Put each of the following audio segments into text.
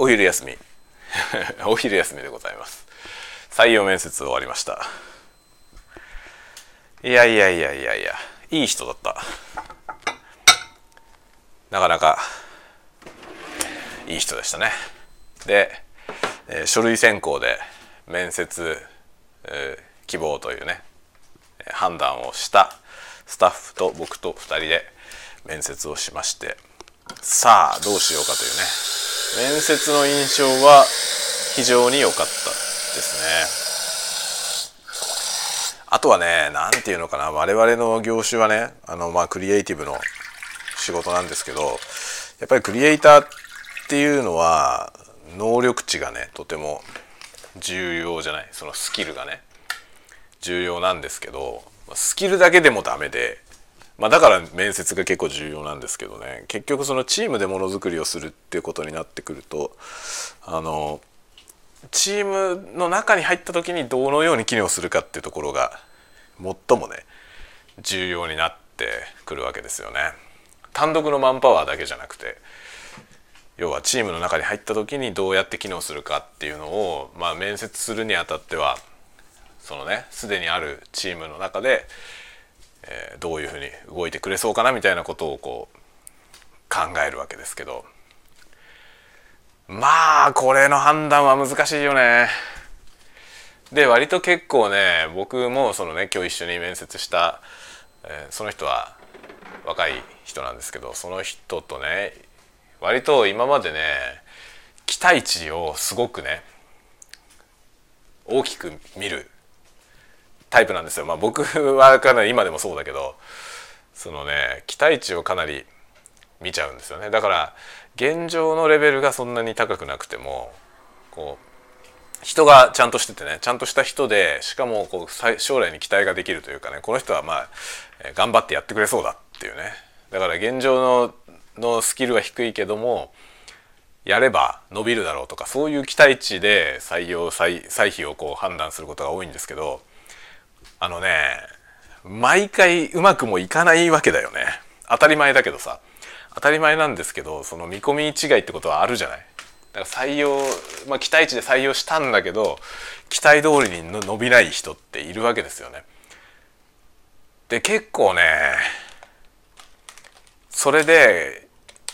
お昼休みお昼休みでございます。採用面接終わりました。いやいい人だった。なかなかいい人でしたね。で、書類選考で面接、希望というね判断をしたスタッフと僕と2人で面接をしまして、さあどうしようかというね、面接の印象は非常に良かったですね。あとはね、なんていうのかな、我々の業種はね、クリエイティブの仕事なんですけど、やっぱりクリエイターっていうのは能力値がねとても重要じゃない、そのスキルがね重要なんですけど、スキルだけでもダメで、だから面接が結構重要なんですけどね、結局そのチームでものづくりをするっていうことになってくると、チームの中に入った時にどのように機能するかっていうところが最もね重要になってくるわけですよね。単独のマンパワーだけじゃなくて、要はチームの中に入った時にどうやって機能するかっていうのを、面接するにあたってはそのねすでにあるチームの中で、どういうふうに動いてくれそうかなみたいなことをこう考えるわけですけど、これの判断は難しいよね。で割と結構ね、僕もそのね今日一緒に面接した、その人は若い人なんですけど、その人とね割と今までね期待値をすごくね大きく見るタイプなんですよ。僕はかなり今でもそうだけど、そのね期待値をかなり見ちゃうんですよね。だから現状のレベルがそんなに高くなくても、こう人がちゃんとしててね、ちゃんとした人で、しかもこう将来に期待ができるというかね、この人は頑張ってやってくれそうだっていうね。だから現状のスキルは低いけどもやれば伸びるだろうとか、そういう期待値で採否をこう判断することが多いんですけど、毎回うまくもいかないわけだよね。当たり前だけどさ、当たり前なんですけど、その見込み違いってことはあるじゃない。だから採用、期待値で採用したんだけど期待通りに伸びない人っているわけですよね。で結構ねそれで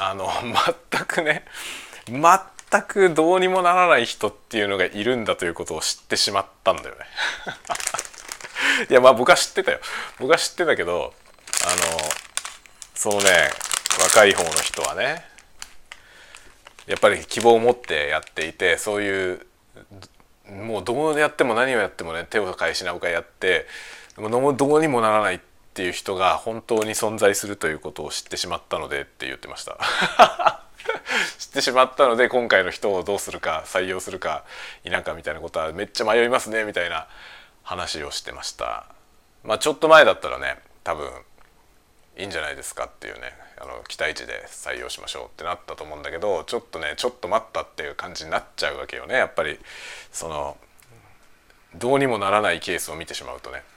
全くどうにもならない人っていうのがいるんだということを知ってしまったんだよねいや僕は知ってたよ。僕は知ってたけど、そのね若い方の人はねやっぱり希望を持ってやっていて、そういうもうどうやっても何をやってもね手を変え品を変えやってどうにもならないっていう人が本当に存在するということを知ってしまったのでって言ってました知ってしまったので今回の人をどうするか、採用するか否かみたいなことはめっちゃ迷いますねみたいな話をしてました。ちょっと前だったらね多分いいんじゃないですかっていうね、期待値で採用しましょうってなったと思うんだけど、ちょっと待ったっていう感じになっちゃうわけよね。やっぱりそのどうにもならないケースを見てしまうとね。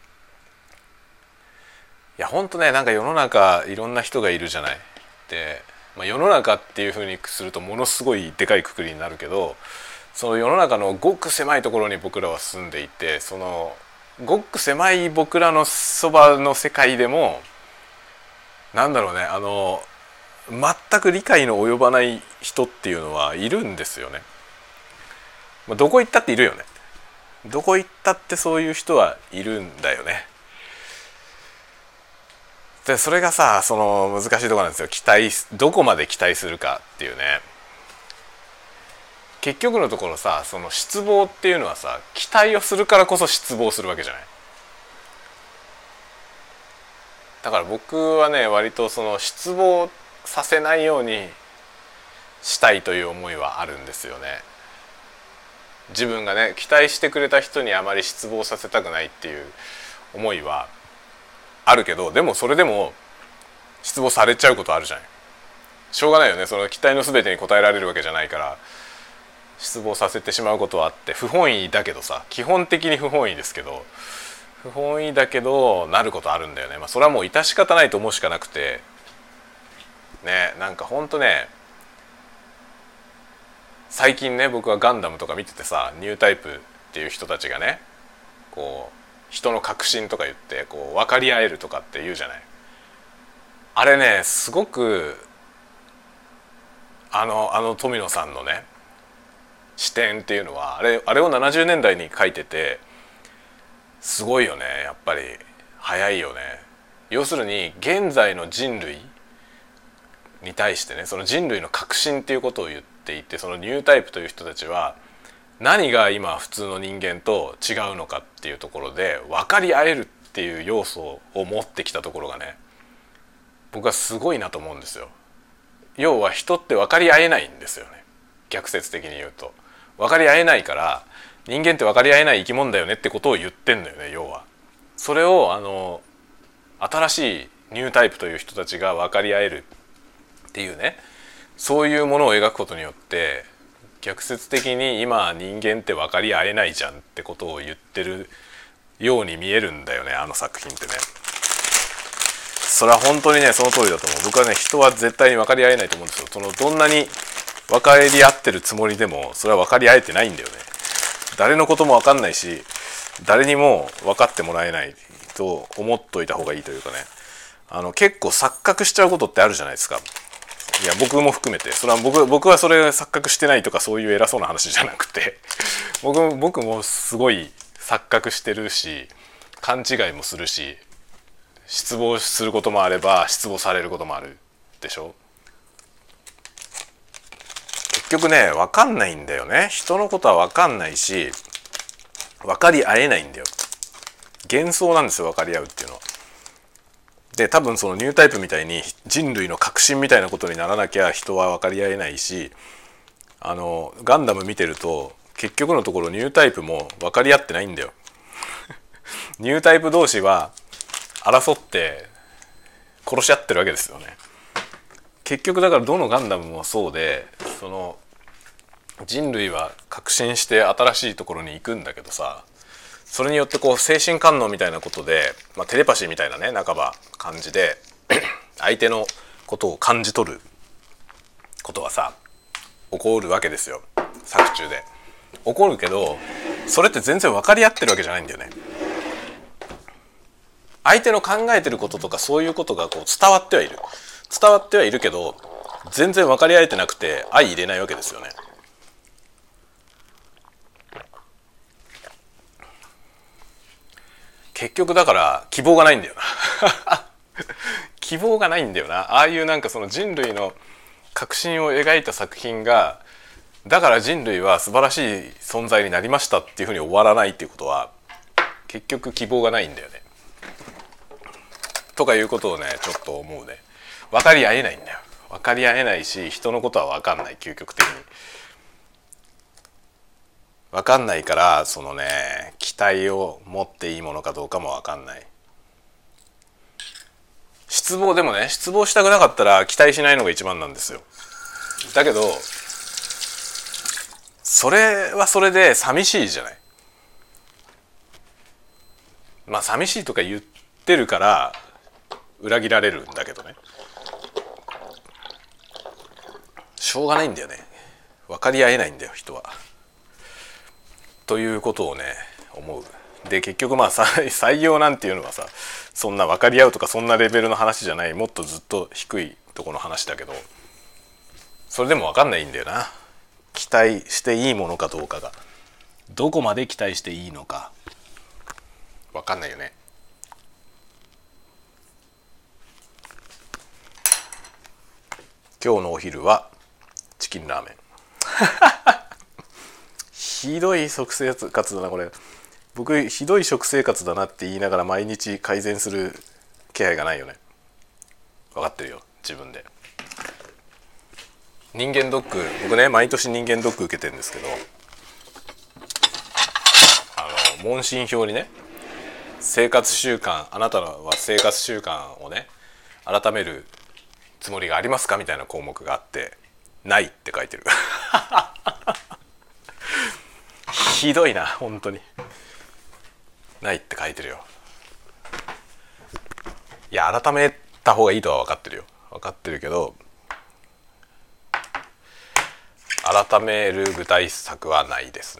いやほんとね、世の中いろんな人がいるじゃない。で、世の中っていう風にするとものすごいでかい括りになるけど、その世の中のごく狭いところに僕らは住んでいて、そのごく狭い僕らのそばの世界でも全く理解の及ばない人っていうのはいるんですよね。どこ行ったっているよね。どこ行ったってそういう人はいるんだよね。でそれがさ、その難しいところなんですよ。どこまで期待するかっていうね。結局のところさ、その失望っていうのはさ、期待をするからこそ失望するわけじゃない。だから僕はね割とその失望させないようにしたいという思いはあるんですよね。自分がね期待してくれた人にあまり失望させたくないっていう思いはあるけど、でもそれでも失望されちゃうことあるじゃない。しょうがないよね。その期待の全てに応えられるわけじゃないから失望させてしまうことはあって、不本意だけどさ、基本的に不本意ですけど、不本意だけどなることあるんだよね。それはもう致し方ないと思うしかなくてね。ほんとね、 最近ね僕はガンダムとか見ててさ、ニュータイプっていう人たちがねこう人の革新とか言ってこう分かり合えるとかって言うじゃない。あれねすごく富野さんのね視点っていうのはあれを70年代に書いててすごいよね。やっぱり早いよね。要するに現在の人類に対してね、その人類の革新っていうことを言っていて、そのニュータイプという人たちは何が今普通の人間と違うのかっていうところで分かり合えるっていう要素を持ってきたところがね、僕はすごいなと思うんですよ。要は人って分かり合えないんですよね。逆説的に言うと分かり合えないから、人間って分かり合えない生き物だよねってことを言ってんだよね。要はそれを新しいニュータイプという人たちが分かり合えるっていうね、そういうものを描くことによって逆説的に今人間って分かり合えないじゃんってことを言ってるように見えるんだよね、あの作品ってね。それは本当にねその通りだと思う。僕はね人は絶対に分かり合えないと思うんですよ。どんなに分かり合ってるつもりでもそれは分かり合えてないんだよね。誰のことも分かんないし誰にも分かってもらえないと思っといた方がいいというかね、結構錯覚しちゃうことってあるじゃないですか。いや僕も含めて、それは僕はそれ錯覚してないとかそういう偉そうな話じゃなくて僕もすごい錯覚してるし勘違いもするし、失望することもあれば失望されることもあるでしょ。結局ね分かんないんだよね。人のことは分かんないし分かり合えないんだよ。幻想なんですよ分かり合うっていうのは。で多分そのニュータイプみたいに人類の革新みたいなことにならなきゃ人は分かり合えないし、ガンダム見てると結局のところニュータイプも分かり合ってないんだよニュータイプ同士は争って殺し合ってるわけですよね。結局だからどのガンダムもそうで、その人類は革新して新しいところに行くんだけどさ、それによってこう精神官能みたいなことで、テレパシーみたいなね半ば感じで相手のことを感じ取ることがさ起こるわけですよ。作中で起こるけど、それって全然分かり合ってるわけじゃないんだよね。相手の考えてることとかそういうことがこう伝わってはいるけど全然分かり合えてなくて相入れないわけですよね。結局だから希望がないんだよな希望がないんだよな。ああいうなんかその人類の革新を描いた作品がだから人類は素晴らしい存在になりましたっていうふうに終わらないっていうことは結局希望がないんだよね。とかいうことをねちょっと思うね。分かり合えないんだよ。分かり合えないし人のことは分かんない。究極的に分かんないから、そのね期待を持っていいものかどうかも分かんない。失望したくなかったら期待しないのが一番なんですよ。だけどそれはそれで寂しいじゃない。寂しいとか言ってるから裏切られるんだけどね、しょうがないんだよね。分かり合えないんだよ人は。ということをね思う。で結局採用なんていうのはさ、そんな分かり合うとかそんなレベルの話じゃない、もっとずっと低いところの話だけど、それでも分かんないんだよな。期待していいものかどうかが、どこまで期待していいのか分かんないよね。今日のお昼はチキンラーメンひどい食生活だなこれ。僕ひどい食生活だなって言いながら毎日改善する気配がないよね。分かってるよ自分で。人間ドック僕ね毎年人間ドック受けてるんですけど、問診票にね生活習慣、あなたは生活習慣をね改めるつもりがありますかみたいな項目があって、ないって書いてるひどいな本当に。ないって書いてるよ。いや改めた方がいいとは分かってるよ。分かってるけど改める具体策はないですね。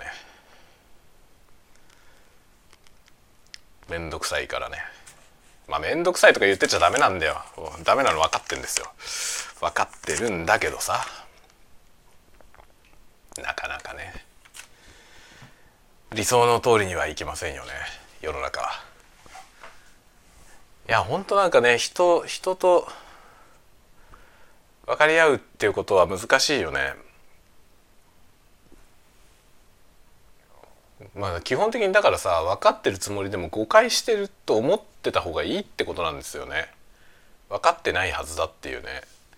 めんどくさいからね。まあめんどくさいとか言ってちゃダメなんだよ。ダメなの分かってんですよ。分かってるんだけどさ、なかなかね理想の通りにはいきませんよね、世の中は。いやほんとなんかね、人と分かり合うっていうことは難しいよね。まあ基本的にだからさ、分かってるつもりでも誤解してると思ってた方がいいってことなんですよね。分かってないはずだっていうね。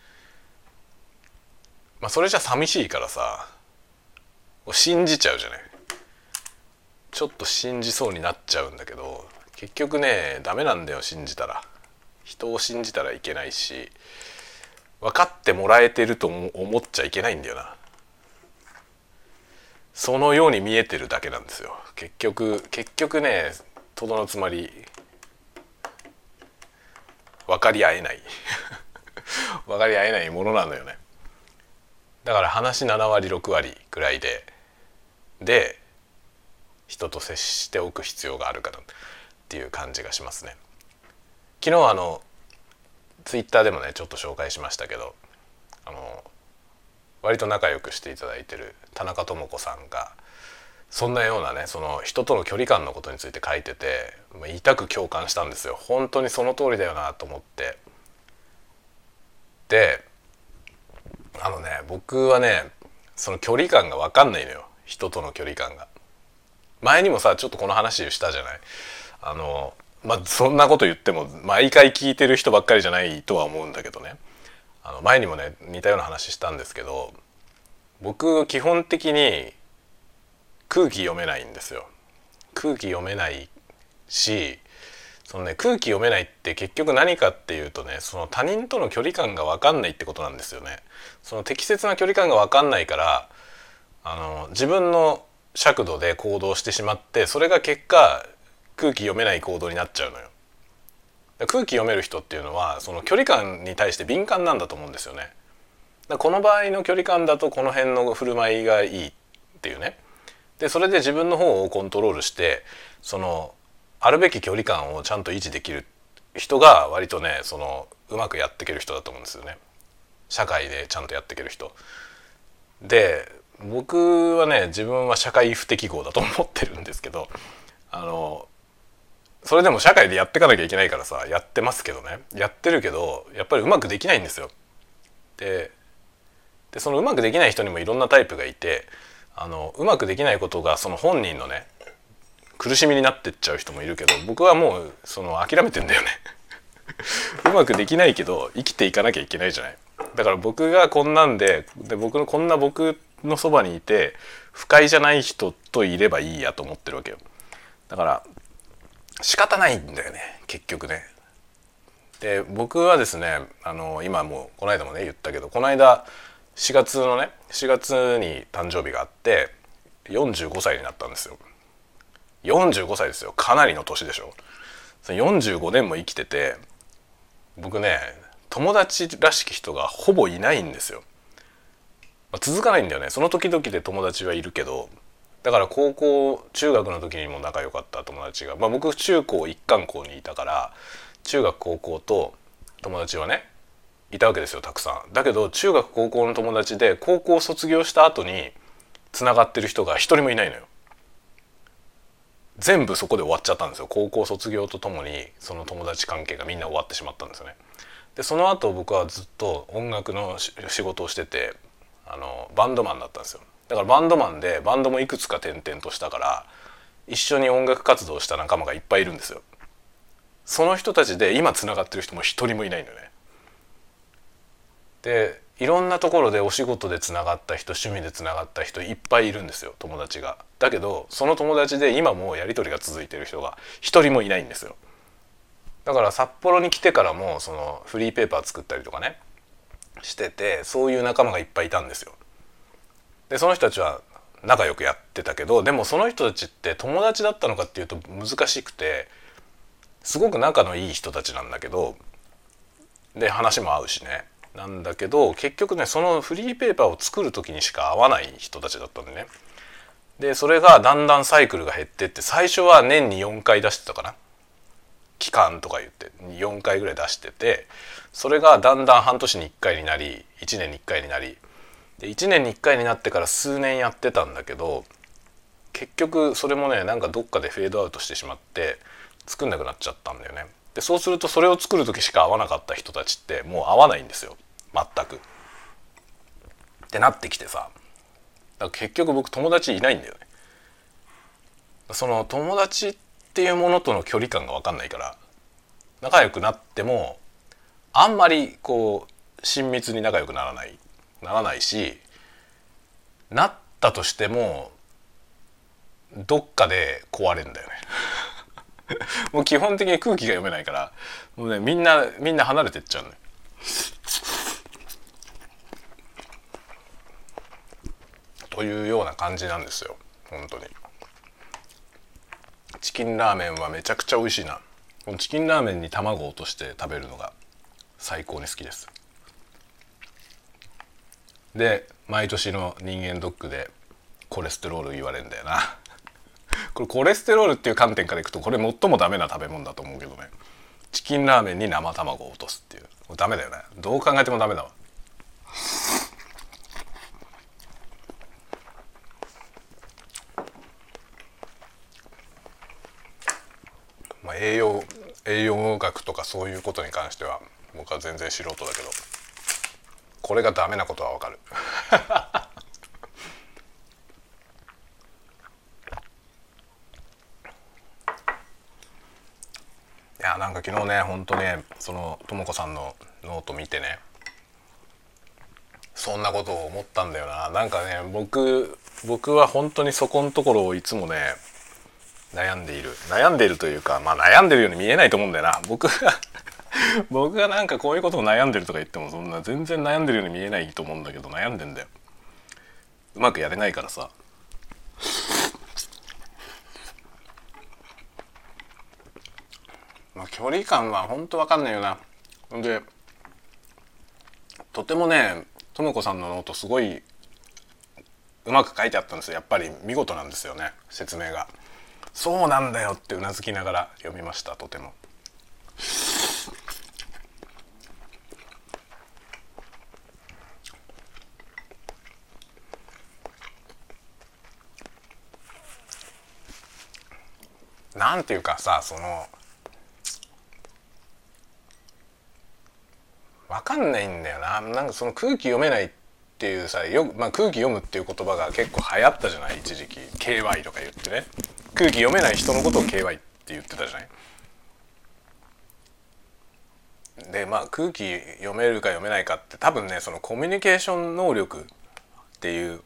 まあそれじゃ寂しいからさ、信じちゃうじゃない。ちょっと信じそうになっちゃうんだけど、結局ねダメなんだよ。信じたら、人を信じたらいけないし、分かってもらえてると思っちゃいけないんだよな。そのように見えてるだけなんですよ。結局ね、とどのつまり分かり合えない分かり合えないものなのよね。だから話7割6割くらいで人と接しておく必要があるかなっていう感じがしますね。昨日ツイッターでもねちょっと紹介しましたけど、割と仲良くしていただいてる田中智子さんがそんなようなね、その人との距離感のことについて書いてて、痛く共感したんですよ。本当にその通りだよなと思って。で僕はねその距離感が分かんないのよ、人との距離感が。前にもさちょっとこの話したじゃない。そんなこと言っても毎回聞いてる人ばっかりじゃないとは思うんだけどね。前にもね似たような話したんですけど、僕基本的に空気読めないんですよ。空気読めないし、そのね空気読めないって結局何かっていうとね、その他人との距離感が分かんないってことなんですよね。その適切な距離感が分かんないから自分の尺度で行動してしまって、それが結果空気読めない行動になっちゃうのよ。空気読める人っていうのはその距離感に対して敏感なんだと思うんですよね。この場合の距離感だとこの辺の振る舞いがいいっていうね。でそれで自分の方をコントロールして、そのあるべき距離感をちゃんと維持できる人が割とねうまくやっていける人だと思うんですよね。社会でちゃんとやっていける人で、僕はね自分は社会不適合だと思ってるんですけど、それでも社会でやっていかなきゃいけないからさやってますけどね、やってるけどやっぱりうまくできないんですよ。でそのうまくできない人にもいろんなタイプがいて、うまくできないことがその本人のね苦しみになってっちゃう人もいるけど、僕はもう諦めてんだよねうまくできないけど生きていかなきゃいけないじゃない。だから僕がこんなんでこんな僕のそばにいて不快じゃない人といればいいやと思ってるわけよ。だから仕方ないんだよね結局ね。で僕はですね今もうこの間もね言ったけど、この間4月に誕生日があって45歳になったんですよ。45歳ですよ。かなりの年でしょ。45年も生きてて、僕ね友達らしき人がほぼいないんですよ。続かないんだよね。その時々で友達はいるけど、だから中学の時にも仲良かった友達が、僕中高一貫校にいたから中学高校と友達はねいたわけですよ、たくさん。だけど中学高校の友達で高校卒業した後につながってる人が一人もいないのよ。全部そこで終わっちゃったんですよ。高校卒業とともにその友達関係がみんな終わってしまったんですよね。でその後僕はずっと音楽の仕事をしててバンドマンだったんですよ。だからバンドマンでバンドもいくつか転々としたから一緒に音楽活動した仲間がいっぱいいるんですよ。その人たちで今つながってる人も一人もいないのよね。でいろんなところでお仕事でつながった人、趣味でつながった人いっぱいいるんですよ、友達が。だけどその友達で今もやり取りが続いてる人が一人もいないんですよ。だから札幌に来てからもフリーペーパー作ったりとかねしてて、そういう仲間がいっぱいいたんですよ。でその人たちは仲良くやってたけど、でもその人たちって友達だったのかっていうと難しくて、すごく仲のいい人たちなんだけど、で話も合うしね、 なんだけど、結局ねそのフリーペーパーを作る時にしか会わない人たちだったんでね。でそれがだんだんサイクルが減ってって、最初は年に4回出してたかな、期間とか言って4回ぐらい出してて、それがだんだん半年に1回になり1年に1回になり、で1年に1回になってから数年やってたんだけど、結局それもねなんかどっかでフェードアウトしてしまって作んなくなっちゃったんだよね。でそうするとそれを作る時しか会わなかった人たちってもう会わないんですよ全く。ってなってきてさ、だから結局僕友達いないんだよね。その友達っていうものとの距離感が分かんないから、仲良くなってもあんまりこう親密に仲良くならないし、なったとしてもどっかで壊れんだよねもう基本的に空気が読めないから、もうねみんな離れてっちゃうのよ。というような感じなんですよ本当に。チキンラーメンはめちゃくちゃ美味しいな。このチキンラーメンに卵を落として食べるのが最高に好きです。で毎年の人間ドックでコレステロール言われるんだよなこれコレステロールっていう観点からいくとこれ最もダメな食べ物だと思うけどね。チキンラーメンに生卵を落とすっていう、これダメだよね。どう考えてもダメだわ。まあ、栄養学とかそういうことに関しては僕は全然素人だけど、これがダメなことはわかるいやなんか昨日ねほんとねそのともこさんのノート見てね、そんなことを思ったんだよな。なんかね僕は本当にそこのところをいつもね悩んでいるというか、まあ悩んでるように見えないと思うんだよな僕がなんかこういうことを悩んでるとか言ってもそんな全然悩んでるように見えないと思うんだけど、悩んでんだよ。うまくやれないからさ。まあ距離感は本当わかんないよな。でとてもねともこさんのノートすごいうまく書いてあったんですよ。やっぱり見事なんですよね説明が。そうなんだよってうなずきながら読みました。とてもなんていうかさ、その分かんないんだよな。なんかその空気読めないっていうさ、まあ、空気読むっていう言葉が結構流行ったじゃない一時期。 KY とか言ってね、空気読めない人のことを KY って言ってたじゃない。でまあ空気読めるか読めないかって多分ねそのコミュニケーション能力っていう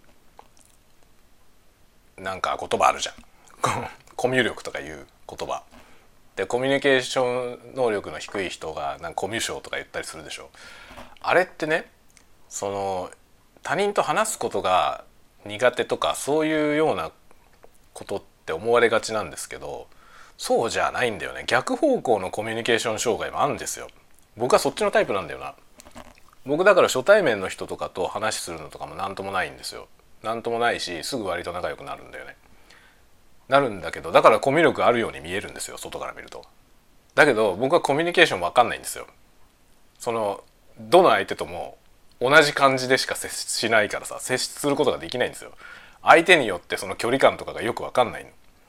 なんか言葉あるじゃんコミュ力とかいう言葉で、コミュニケーション能力の低い人がなんかコミュ障とか言ったりするでしょ。あれってね、その他人と話すことが苦手とかそういうようなことって思われがちなんですけど、そうじゃないんだよね。逆方向のコミュニケーション障害もあるんですよ。僕はそっちのタイプなんだよな。僕だから初対面の人とかと話するのとかも何ともないんですよ。何ともないし、すぐ割と仲良くなるんだよね。なるんだけど、だからコミュ力あるように見えるんですよ外から見ると。だけど僕はコミュニケーション分かんないんですよ。そのどの相手とも同じ感じでしか接しないからさ、接することができないんですよ。相手によってその距離感とかがよく分かんない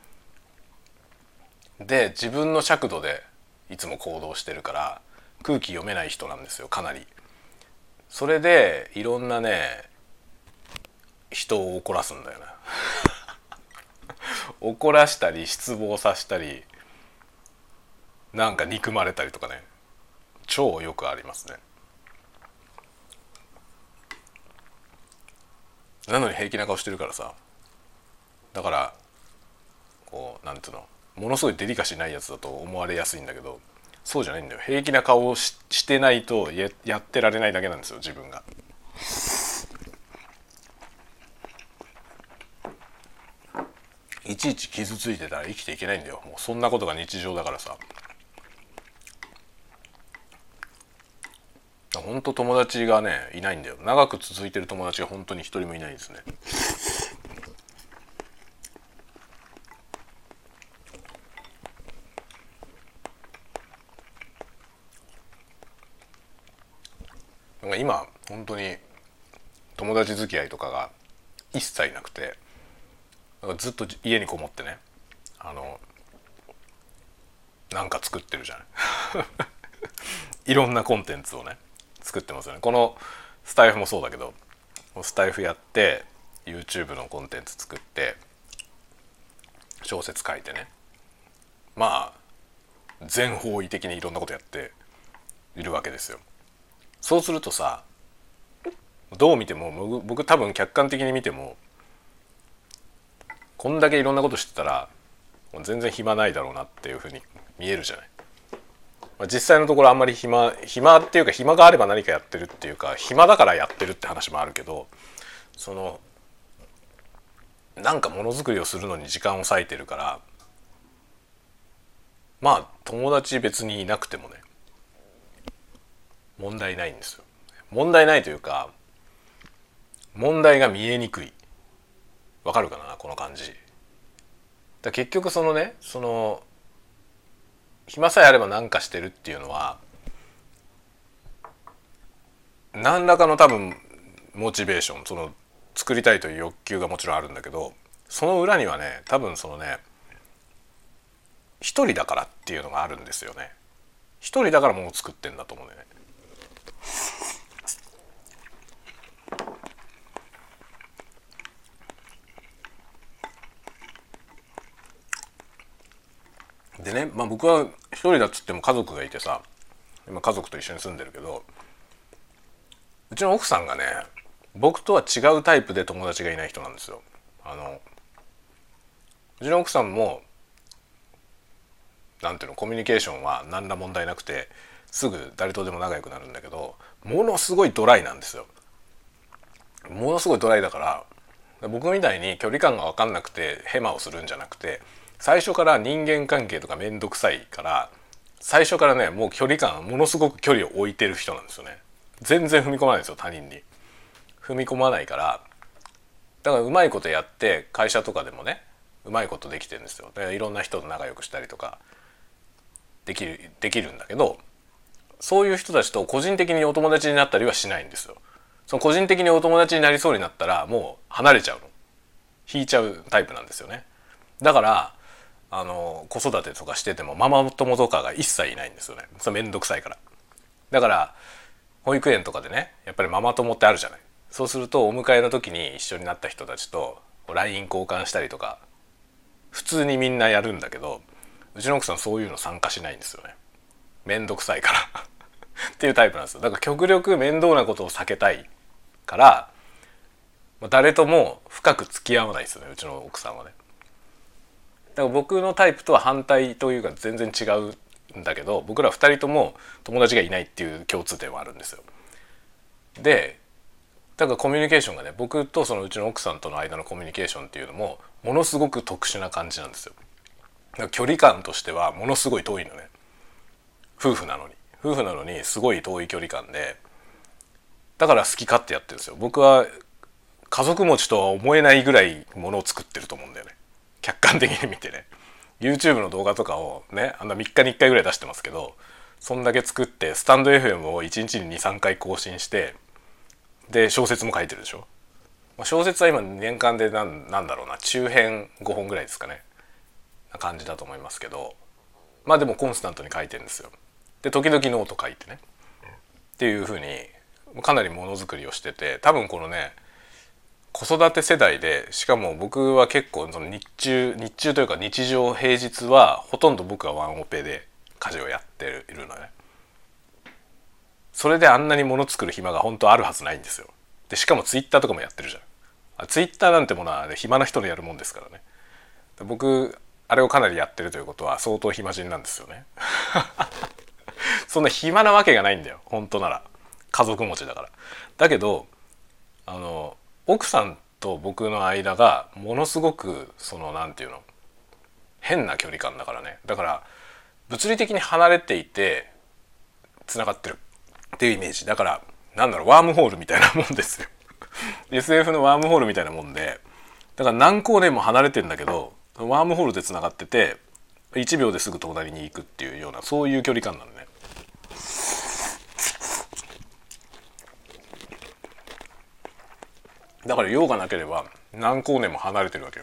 ので、自分の尺度でいつも行動してるから空気読めない人なんですよかなり。それでいろんなね人を怒らすんだよな怒らしたり失望させたりなんか憎まれたりとかね、超よくありますね。なのに平気な顔してるからさ、だからこうなんていうの、ものすごいデリカシーないやつだと思われやすいんだけど、そうじゃないんだよ。平気な顔をしてないとやってられないだけなんですよ自分が。いちいち傷ついてたら生きていけないんだよ。もうそんなことが日常だからさ。 ほんと友達がねいないんだよ。長く続いてる友達が本当に一人もいないですね。なんか今本当に友達付き合いとかが一切なくて、なんかずっと家にこもってね、なんか作ってるじゃないいろんなコンテンツをね作ってますよね。このスタイフもそうだけど、スタイフやって YouTube のコンテンツ作って小説書いてね、まあ全方位的にいろんなことやっているわけですよ。そうするとさ、どう見ても僕多分客観的に見てもこんだけいろんなこと知ってたらもう全然暇ないだろうなっていうふうに見えるじゃない。実際のところあんまり暇っていうか、暇があれば何かやってるっていうか、暇だからやってるって話もあるけど、そのなんかものづくりをするのに時間を割いてるから、まあ友達別にいなくてもね問題ないんですよ。問題ないというか、問題が見えにくい。わかるかなこの感じ。結局そのね、暇さえあれば何かしてるっていうのは何らかの多分モチベーション、作りたいという欲求がもちろんあるんだけど、その裏にはね多分一人だからっていうのがあるんですよね。一人だからもの作ってんだと思うんだよね。でね、まあ僕は一人だっつっても家族がいてさ、今家族と一緒に住んでるけど、うちの奥さんがね僕とは違うタイプで友達がいない人なんですよ。うちの奥さんもなんていうの、コミュニケーションは何ら問題なくてすぐ誰とでも仲良くなるんだけど、ものすごいドライなんですよ。ものすごいドライだから、僕みたいに距離感が分かんなくてヘマをするんじゃなくて、最初から人間関係とかめんどくさいから、最初からねもう距離感、ものすごく距離を置いてる人なんですよね。全然踏み込まないんですよ。他人に踏み込まないから。だからうまいことやって会社とかでもねうまいことできてるんですよ。だからいろんな人と仲良くしたりとかできるんだけど、そういう人たちと個人的にお友達になったりはしないんですよ。その個人的にお友達になりそうになったらもう離れちゃうの、引いちゃうタイプなんですよね。だから子育てとかしててもママ友とかが一切いないんですよね。それめんどくさいから。だから保育園とかでねやっぱりママ友ってあるじゃない。そうするとお迎えの時に一緒になった人たちと LINE 交換したりとか普通にみんなやるんだけど、うちの奥さんそういうの参加しないんですよね。めんどくさいからっていうタイプなんですよ。だから極力面倒なことを避けたいから、誰とも深く付き合わないですよね、うちの奥さんはね。だから僕のタイプとは反対というか全然違うんだけど、僕ら2人とも友達がいないっていう共通点はあるんですよ。でだからコミュニケーションがね、僕とそのうちの奥さんとの間のコミュニケーションっていうのもものすごく特殊な感じなんですよ。だから距離感としてはものすごい遠いのね。夫婦なのにすごい遠い距離感で、だから好き勝手やってるんですよ。僕は家族持ちとは思えないぐらいものを作ってると思うんだよね、客観的に見てね。 YouTube の動画とかをねあんな3日に1回ぐらい出してますけど、そんだけ作ってスタンド FM を1日に 2,3 回更新して、で小説も書いてるでしょ。小説は今年間でなんだろうな、中編5本ぐらいですかねな感じだと思いますけど、まあでもコンスタントに書いてるんですよ。で時々ノート書いてねっていう風にかなりものづくりをしてて、多分このね子育て世代で、しかも僕は結構その日中というか日常平日はほとんど僕はワンオペで家事をやっているのね。それであんなに物作る暇が本当あるはずないんですよ。でしかもツイッターとかもやってるじゃん。ツイッターなんてものは、ね、暇な人のやるもんですからね。僕あれをかなりやってるということは相当暇人なんですよねそんな暇なわけがないんだよ本当なら、家族持ちだから。だけど奥さんと僕の間がものすごくなんていうの、変な距離感だからね。だから物理的に離れていてつながってるっていうイメージだから、なんだろう、ワームホールみたいなもんですよSF のワームホールみたいなもんで、だから何光年も離れてんだけどワームホールでつながってて1秒ですぐ隣に行くっていうような、そういう距離感なのね。だから用がなければ何光年も離れてるわけよ。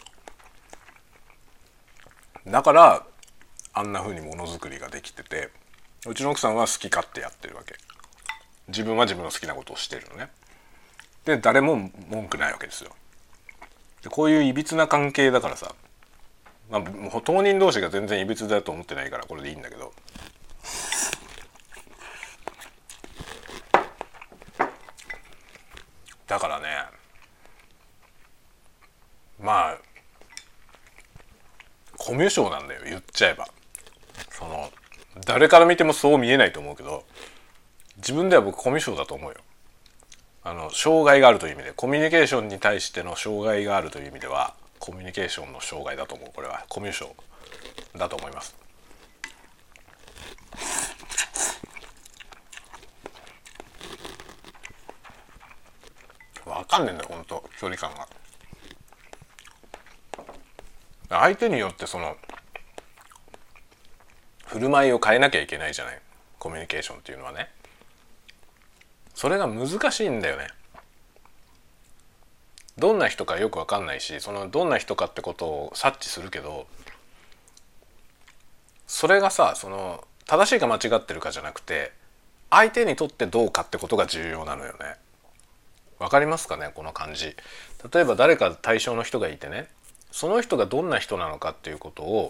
だからあんな風にものづくりができてて、うちの奥さんは好き勝手やってるわけ。自分は自分の好きなことをしてるのね。で誰も文句ないわけですよ。でこういういびつな関係だからさ、まあ、当人同士が全然いびつだと思ってないからこれでいいんだけど、だからね、まあコミュ障なんだよ、言っちゃえば。その誰から見てもそう見えないと思うけど、自分では僕コミュ障だと思うよ。障害があるという意味で、コミュニケーションに対しての障害があるという意味ではコミュニケーションの障害だと思う。これはコミュ障だと思います。わかんねえんだよほんと、距離感が。相手によってその振る舞いを変えなきゃいけないじゃない、コミュニケーションっていうのはね。それが難しいんだよね。どんな人かよく分かんないし、そのどんな人かってことを察知するけど、それがさ、その正しいか間違ってるかじゃなくて相手にとってどうかってことが重要なのよね。わかりますかねこの感じ。例えば誰か対象の人がいてね、その人がどんな人なのかっていうことを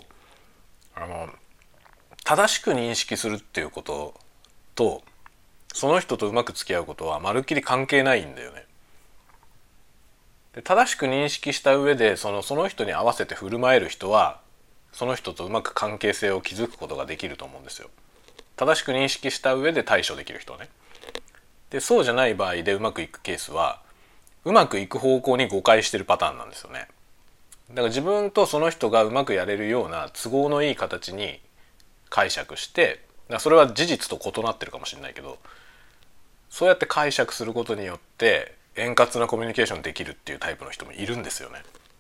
正しく認識するっていうことと、その人とうまく付き合うことはまるっきり関係ないんだよね。で正しく認識した上でその人に合わせて振る舞える人はその人とうまく関係性を築くことができると思うんですよ。正しく認識した上で対処できる人はね。でそうじゃない場合でうまくいくケースは、うまくいく方向に誤解してるパターンなんですよね。だから自分とその人がうまくやれるような都合のいい形に解釈して、それは事実と異なってるかもしれないけど、そうやって解釈することによって円滑なコミュニケーションできるっていうタイプの人もいるんですよね。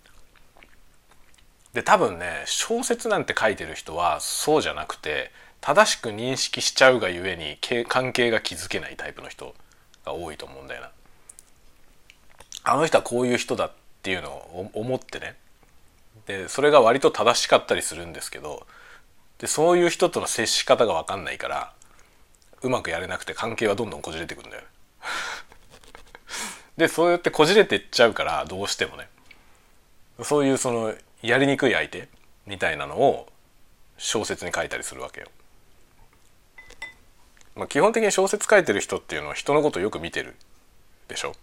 で多分ね、小説なんて書いてる人はそうじゃなくて、正しく認識しちゃうがゆえに関係が築けないタイプの人が多いと思うんだよな。あの人はこういう人だっていうのを思ってね、でそれが割と正しかったりするんですけど、でそういう人との接し方が分かんないからうまくやれなくて関係はどんどんこじれていくんだよね。でそうやってこじれていっちゃうから、どうしてもね、そういうそのやりにくい相手みたいなのを小説に書いたりするわけよ。まあ、基本的に小説書いてる人っていうのは人のことをよく見てるでしょ。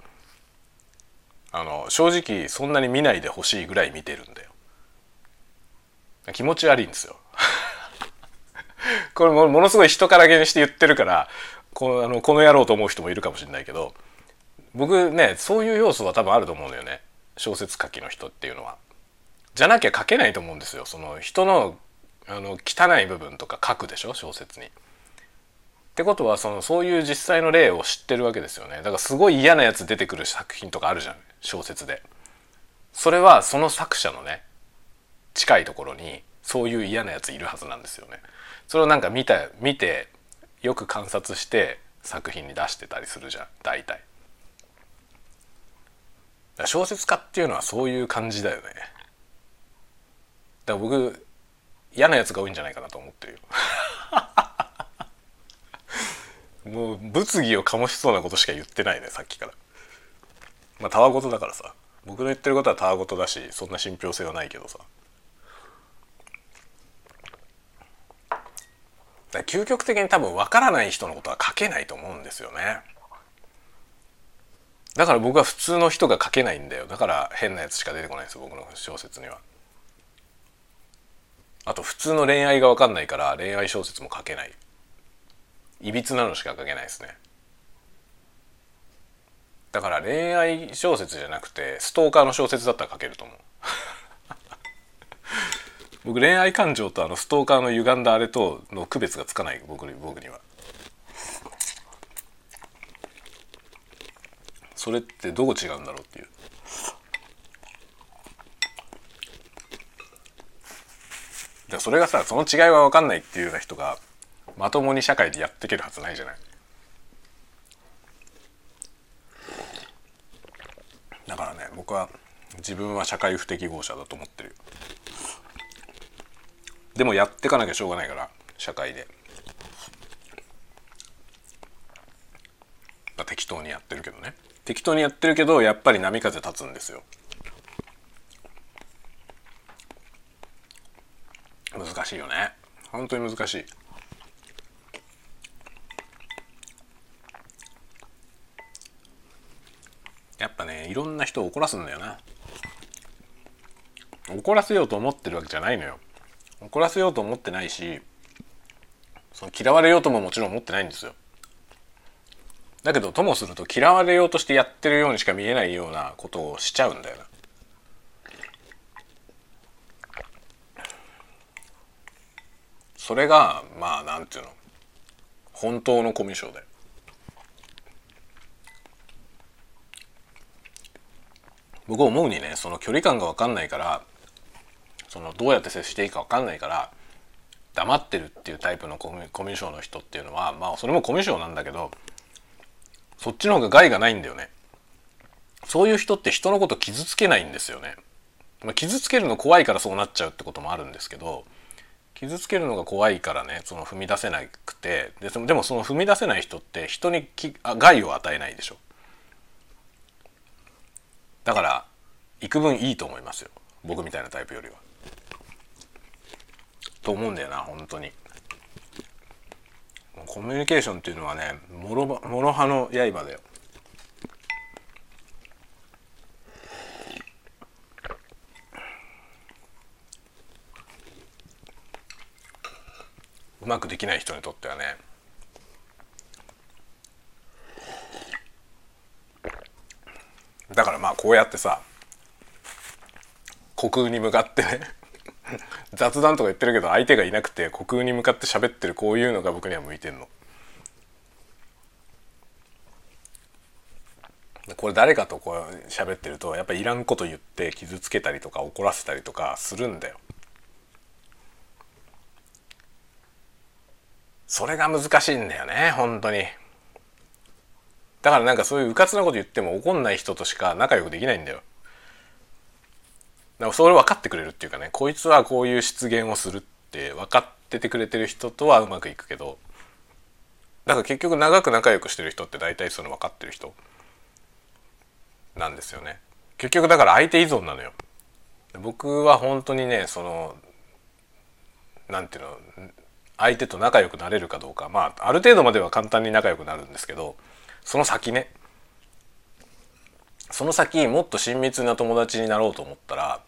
正直そんなに見ないでほしいぐらい見てるんだよ。気持ち悪いんですよ。これものすごい人からげにして言ってるからこの野郎と思う人もいるかもしれないけど、僕ねそういう要素は多分あると思うんだよね、小説書きの人っていうのは。じゃなきゃ書けないと思うんですよ。その人の汚い部分とか書くでしょ小説に。ってことはそういう実際の例を知ってるわけですよね。だからすごい嫌なやつ出てくる作品とかあるじゃん小説で。それはその作者のね近いところにそういう嫌なやついるはずなんですよね。それをなんか見てよく観察して作品に出してたりするじゃん大体。小説家っていうのはそういう感じだよね。だから僕嫌なやつが多いんじゃないかなと思ってるよ。もう物議を醸しそうなことしか言ってないねさっきから。まあたわごとだからさ、僕の言ってることはたわごとだし、そんな信憑性はないけどさ。究極的に多分分からない人のことは書けないと思うんですよね。だから僕は普通の人が書けないんだよ。だから変なやつしか出てこないんですよ僕の小説には。あと普通の恋愛が分かんないから恋愛小説も書けない。いびつなのしか書けないですね。だから恋愛小説じゃなくてストーカーの小説だったら書けると思う。僕恋愛感情とストーカーの歪んだあれとの区別がつかない僕には。 それってどう違うんだろうっていう。それがさ、その違いは分かんないっていうような人がまともに社会でやっていけるはずないじゃない。だからね、僕は自分は社会不適合者だと思ってるよ。でもやってかなきゃしょうがないから、社会で、まあ、適当にやってるけどね。適当にやってるけど、やっぱり波風立つんですよ。難しいよね。本当に難しい。やっぱね、いろんな人を怒らすんだよな。怒らせようと思ってるわけじゃないのよ。怒らせようと思ってないし、その嫌われようとももちろん思ってないんですよ。だけどともすると嫌われようとしてやってるようにしか見えないようなことをしちゃうんだよな。それがまあなんていうの、本当のコミュ障だよ。僕思うにね、その距離感が分かんないから、そのどうやって接していいか分かんないから黙ってるっていうタイプのコミュ障の人っていうのは、まあそれもコミュ障なんだけど、そっちの方が害がないんだよね。そういう人って人のこと傷つけないんですよね。まあ、傷つけるの怖いからそうなっちゃうってこともあるんですけど、傷つけるのが怖いからね、その踏み出せなくて、でもその踏み出せない人って人に害を与えないでしょ。だから幾分いいと思いますよ、僕みたいなタイプよりは。と思うんだよな、本当に。コミュニケーションっていうのはね、諸刃の刃だよ。うまくできない人にとってはね。だからまあこうやってさ、虚空に向かってね雑談とか言ってるけど相手がいなくて虚空に向かって喋ってる、こういうのが僕には向いてんの。これ誰かとこう喋ってるとやっぱりいらんこと言って傷つけたりとか怒らせたりとかするんだよ。それが難しいんだよね、本当に。だからなんかそういううかつなこと言っても怒んない人としか仲良くできないんだよ。だからそれ分かってくれるっていうかね、こいつはこういう失言をするって分かっててくれてる人とはうまくいくけど、だから結局長く仲良くしてる人って大体その分かってる人なんですよね。結局だから相手依存なのよ。僕は本当にね、そのなんていうの、相手と仲良くなれるかどうか、まあある程度までは簡単に仲良くなるんですけど、その先ね、その先もっと親密な友達になろうと思ったら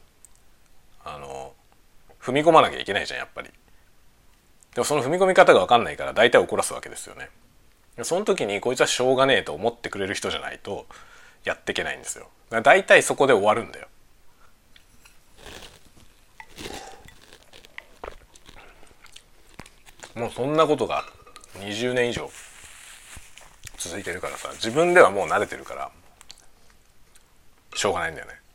踏み込まなきゃいけないじゃん、やっぱり。でもその踏み込み方が分かんないから大体怒らすわけですよね。その時にこいつはしょうがねえと思ってくれる人じゃないとやっていけないんですよ。だから大体そこで終わるんだよ。もうそんなことが20年以上続いてるからさ、自分ではもう慣れてるからしょうがないんだよね。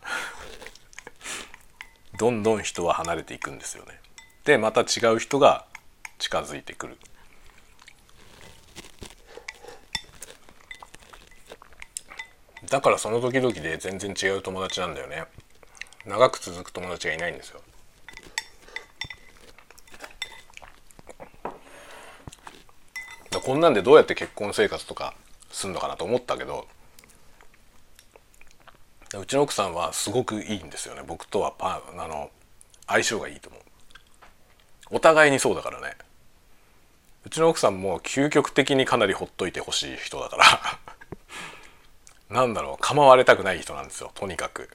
どんどん人は離れていくんですよね。でまた違う人が近づいてくる。だからその時々で全然違う友達なんだよね。長く続く友達がいないんですよ。こんなんでどうやって結婚生活とかすんのかなと思ったけど、うちの奥さんはすごくいいんですよね。僕とは相性がいいと思う。お互いにそうだからね。うちの奥さんも究極的にかなりほっといてほしい人だからなんだろう、構われたくない人なんですよ、とにかく。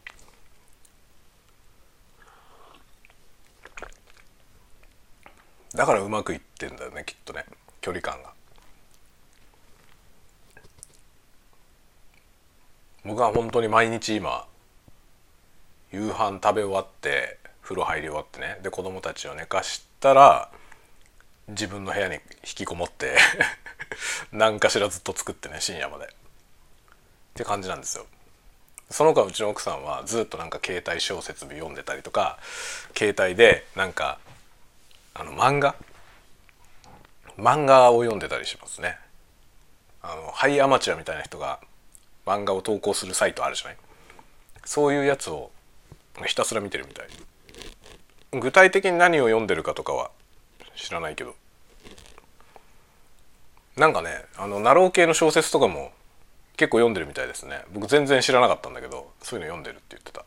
だからうまくいってんだよね、きっとね、距離感が。僕は本当に毎日今夕飯食べ終わって風呂入り終わってね、で子供たちを寝かしたら自分の部屋に引きこもって何かしらずっと作ってね、深夜まで。 て感じなんですよ。その他うちの奥さんはずっとなんか携帯小説読んでたりとか、携帯でなんか漫画を読んでたりしますね。ハイアマチュアみたいな人が漫画を投稿するサイトあるじゃない。そういうやつをひたすら見てるみたい。具体的に何を読んでるかとかは知らないけど、なんかねナロー系の小説とかも結構読んでるみたいですね。僕全然知らなかったんだけど、そういうの読んでるって言ってた。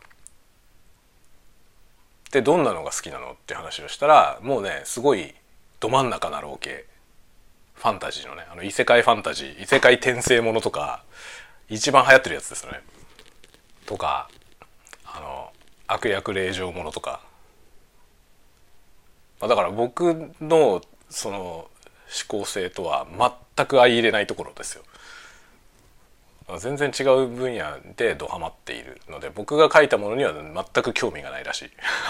でどんなのが好きなのって話をしたら、もうねすごいど真ん中ナロー系ファンタジーのね、異世界ファンタジー、異世界転生ものとか、一番流行ってるやつですよね。とか悪役令嬢ものとか、だから僕のその思考性とは全く相入れないところですよ。全然違う分野でドハマっているので、僕が書いたものには全く興味がないらしい。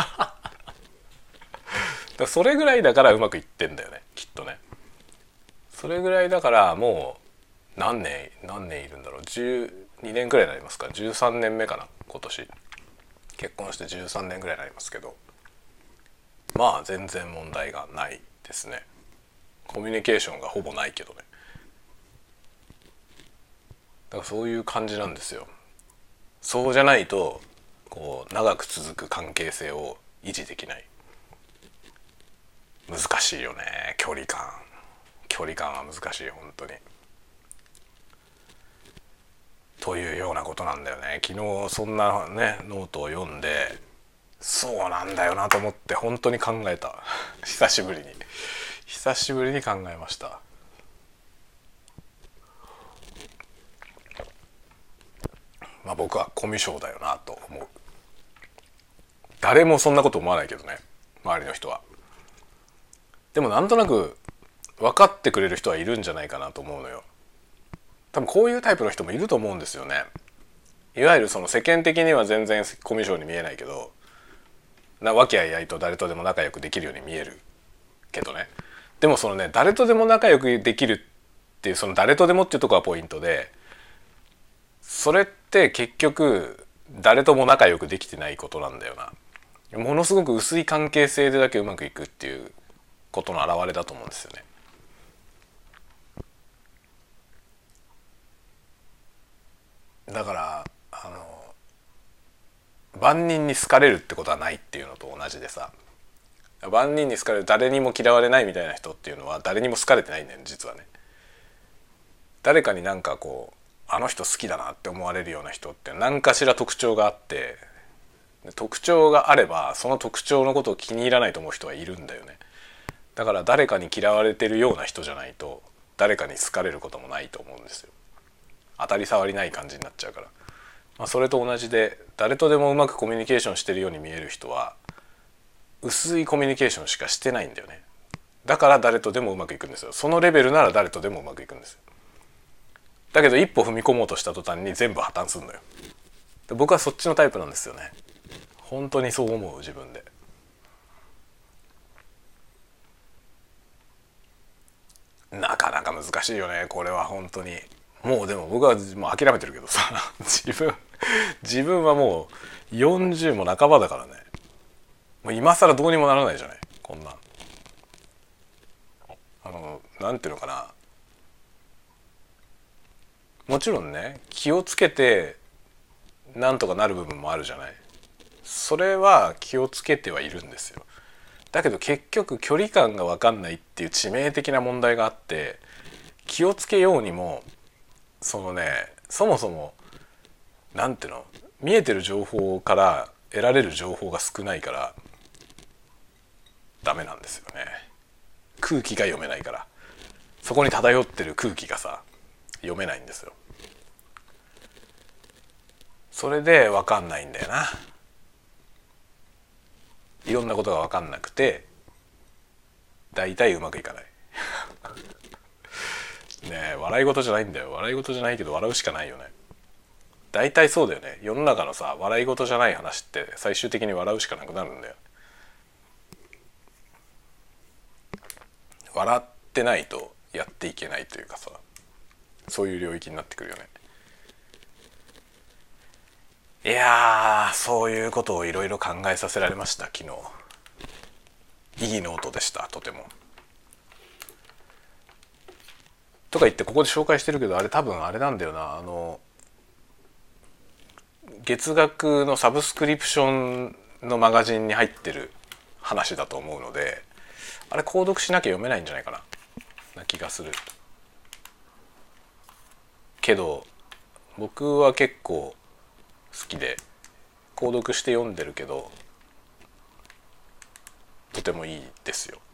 だそれぐらいだからうまくいってんだよね、きっとね。それぐらいだからもう何年いるんだろう、12年くらいになりますか、13年目かな今年。結婚して13年ぐらいになりますけど、まあ全然問題がないですね。コミュニケーションがほぼないけどね。だからそういう感じなんですよ。そうじゃないとこう長く続く関係性を維持できない。難しいよね、距離感は難しい本当に。というようなことなんだよね。昨日そんなねノートを読んで、そうなんだよなと思って本当に考えた。久しぶりに考えました。まあ僕はコミュ障だよなと思う。誰もそんなこと思わないけどね、周りの人は。でもなんとなく分かってくれる人はいるんじゃないかなと思うのよ。多分こういうタイプの人もいると思うんですよね。いわゆるその世間的には全然コミュ障に見えないけど、和気あいあいと誰とでも仲良くできるように見えるけどね。でもそのね、誰とでも仲良くできるっていう、その誰とでもっていうところがポイントで、それって結局誰とも仲良くできてないことなんだよな。ものすごく薄い関係性でだけうまくいくっていうことの表れだと思うんですよね。だから万人に好かれるってことはないっていうのと同じでさ、万人に好かれる、誰にも嫌われないみたいな人っていうのは誰にも好かれてないんだよね、実はね。誰かになんかこうあの人好きだなって思われるような人って何かしら特徴があって、特徴があればその特徴のことを気に入らないと思う人はいるんだよね。だから誰かに嫌われてるような人じゃないと誰かに好かれることもないと思うんですよ。当たり障りない感じになっちゃうから。まあ、それと同じで、誰とでもうまくコミュニケーションしてるように見える人は薄いコミュニケーションしかしてないんだよね。だから誰とでもうまくいくんですよ。そのレベルなら誰とでもうまくいくんですよ。だけど一歩踏み込もうとした途端に全部破綻するのよ。で僕はそっちのタイプなんですよね。本当にそう思う、自分で。なかなか難しいよねこれは本当に。もうでも僕はもう諦めてるけどさ、自分はもう40も半ばだからね。もう今更どうにもならないじゃないこんなん。なんていうのかな、もちろんね気をつけてなんとかなる部分もあるじゃない。それは気をつけてはいるんですよ。だけど結局距離感が分かんないっていう致命的な問題があって、気をつけようにもそのね、そもそもなんていうの、見えてる情報から得られる情報が少ないからダメなんですよね。空気が読めないから、そこに漂ってる空気がさ読めないんですよ。それで分かんないんだよな。いろんなことが分かんなくて大体うまくいかないねえ、笑い事じゃないんだよ。笑い事じゃないけど笑うしかないよね。大体そうだよね。世の中のさ笑い事じゃない話って最終的に笑うしかなくなるんだよ。笑ってないとやっていけないというかさ、そういう領域になってくるよね。 いやー、そういうことをいろいろ考えさせられました。昨日いいノートでした。とても。とか言ってここで紹介してるけど、あれ多分あれなんだよな、月額のサブスクリプションのマガジンに入ってる話だと思うので、あれ購読しなきゃ読めないんじゃないかな気がするけど、僕は結構好きで購読して読んでるけど、とてもいいですよ。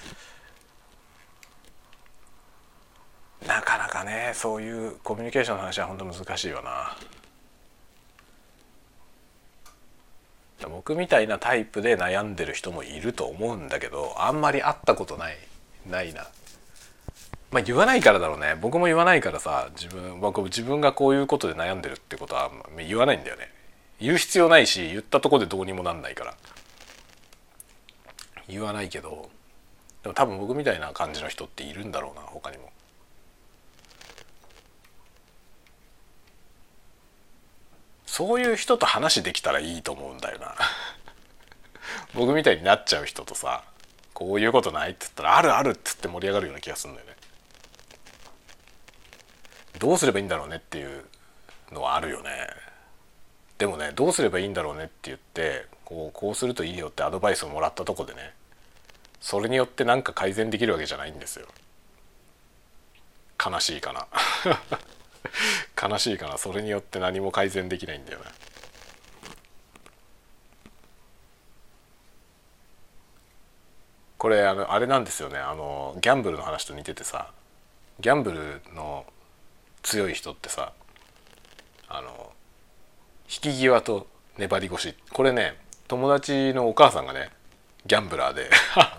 なかなかね、そういうコミュニケーションの話は本当難しいよな。僕みたいなタイプで悩んでる人もいると思うんだけど、あんまり会ったことないな。まあ言わないからだろうね。僕も言わないからさ、自分がこういうことで悩んでるってことは言わないんだよね。言う必要ないし、言ったところでどうにもなんないから言わないけど、でも多分僕みたいな感じの人っているんだろうな、他にも。そういう人と話できたらいいと思うんだよな。僕みたいになっちゃう人とさ、こういうことないって言ったらあるあるって言って盛り上がるような気がするんだよね。どうすればいいんだろうねっていうのはあるよね。でもね、どうすればいいんだろうねって言って、こうするといいよってアドバイスをもらったとこでね、それによって何か改善できるわけじゃないんですよ。悲しいかな。悲しいかな。それによって何も改善できないんだよね。これあれなんですよね、ギャンブルの話と似ててさ、ギャンブルの強い人ってさ、あの引き際と粘り腰、これね、友達のお母さんがねギャンブラーで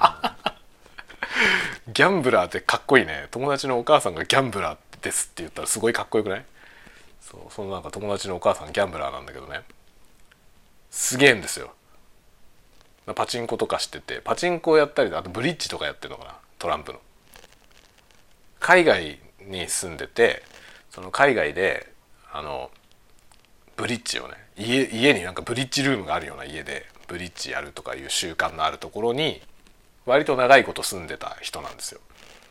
ギャンブラーってかっこいいね。友達のお母さんがギャンブラーですって言ったらすごいかっこよくない？そのなんか友達のお母さんギャンブラーなんだけどね、すげえんですよ。パチンコとかしてて、パチンコをやったり、あとブリッジとかやってるのかな、トランプの。海外に住んでて、その海外でブリッジをね、家になんかブリッジルームがあるような家でブリッジやるとかいう習慣のあるところに割と長いこと住んでた人なんですよ。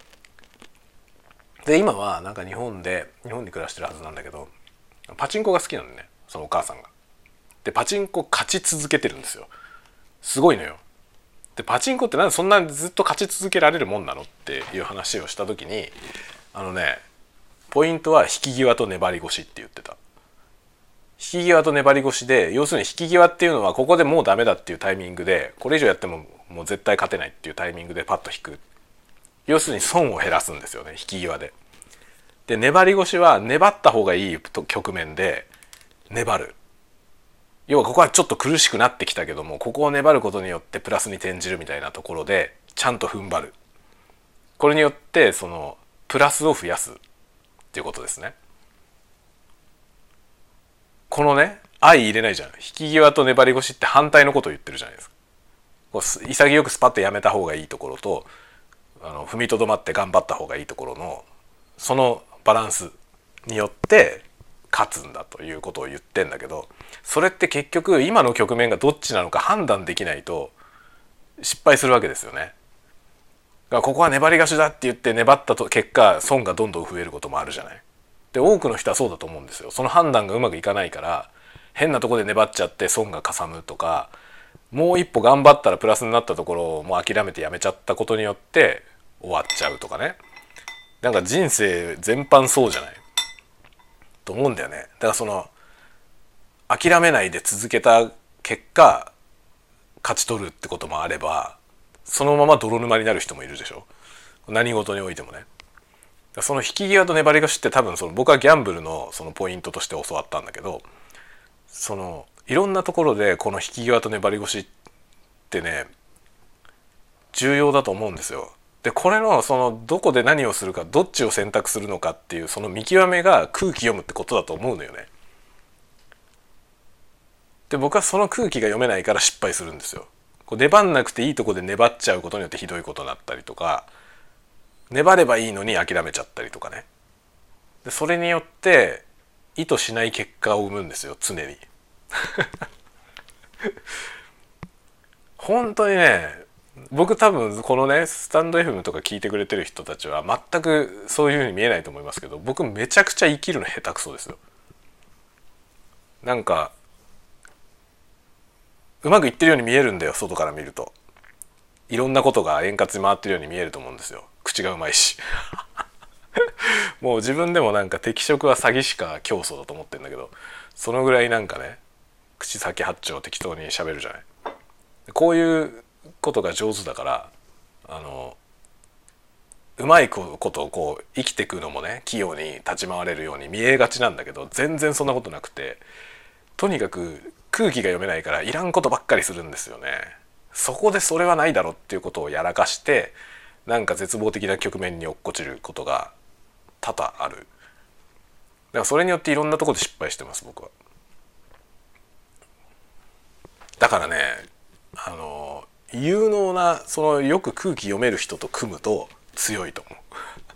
で今はなんか日本に暮らしてるはずなんだけど、パチンコが好きなのね、そのお母さんが。でパチンコ勝ち続けてるんですよ。すごいのよ。でパチンコってなんでそんなにずっと勝ち続けられるもんなのっていう話をした時に、ポイントは引き際と粘り腰って言ってた。引き際と粘り腰で、要するに引き際っていうのはここでもうダメだっていうタイミングで、これ以上やってももう絶対勝てないっていうタイミングでパッと引く。要するに損を減らすんですよね、引き際で。で粘り腰は粘った方がいい局面で粘る。要はここはちょっと苦しくなってきたけども、ここを粘ることによってプラスに転じるみたいなところでちゃんと踏ん張る。これによってそのプラスを増やすっていうことですね。このね、相入れないじゃん。引き際と粘り腰って反対のことを言ってるじゃないですか。こう潔くスパッとやめた方がいいところと、踏みとどまって頑張った方がいいところのそのバランスによって勝つんだということを言ってんだけど、それって結局今の局面がどっちなのか判断できないと失敗するわけですよね。だからここは粘り勝ちだって言って粘ったと結果損がどんどん増えることもあるじゃない。で多くの人はそうだと思うんですよ。その判断がうまくいかないから変なところで粘っちゃって損がかさむとか、もう一歩頑張ったらプラスになったところをもう諦めてやめちゃったことによって終わっちゃうとかね。なんか人生全般そうじゃないと思うんだよね。だからその諦めないで続けた結果勝ち取るってこともあれば、そのまま泥沼になる人もいるでしょ、何事においてもね。その引き際と粘りがしって多分その僕はギャンブルのそのポイントとして教わったんだけど、そのいろんなところでこの引き際と粘り腰ってね重要だと思うんですよ。でこれのそのどこで何をするか、どっちを選択するのかっていうその見極めが空気読むってことだと思うのよね。で僕はその空気が読めないから失敗するんですよ。こう粘んなくていいとこで粘っちゃうことによってひどいことになったりとか、粘ればいいのに諦めちゃったりとかね。でそれによって意図しない結果を生むんですよ、常に。 本当にね、僕多分このねスタンド FM とか聞いてくれてる人たちは全くそういう風に見えないと思いますけど、僕めちゃくちゃ生きるの下手くそですよ。なんかうまくいってるように見えるんだよ、外から見ると。いろんなことが円滑に回ってるように見えると思うんですよ。口がうまいしもう自分でもなんか適職は詐欺師か教祖だと思ってるんだけど、そのぐらいなんかね、口先八丁適当に喋るじゃない。こういうことが上手だから、うまいことをこう生きていくのもね、器用に立ち回れるように見えがちなんだけど、全然そんなことなくて、とにかく空気が読めないからいらんことばっかりするんですよね。そこでそれはないだろっていうことをやらかして、なんか絶望的な局面に落っこちることが多々ある。だからそれによっていろんなところで失敗してます、僕は。だからね、有能な、そのよく空気読める人と組むと強いと思う。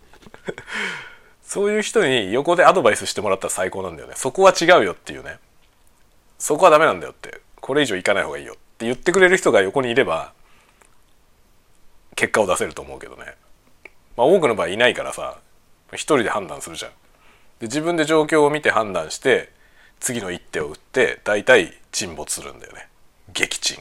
そういう人に横でアドバイスしてもらったら最高なんだよね。そこは違うよっていうね。そこはダメなんだよって。これ以上行かない方がいいよって言ってくれる人が横にいれば結果を出せると思うけどね。まあ多くの場合いないからさ、一人で判断するじゃん。で自分で状況を見て判断して次の一手を打って大体沈没するんだよね。撃沈。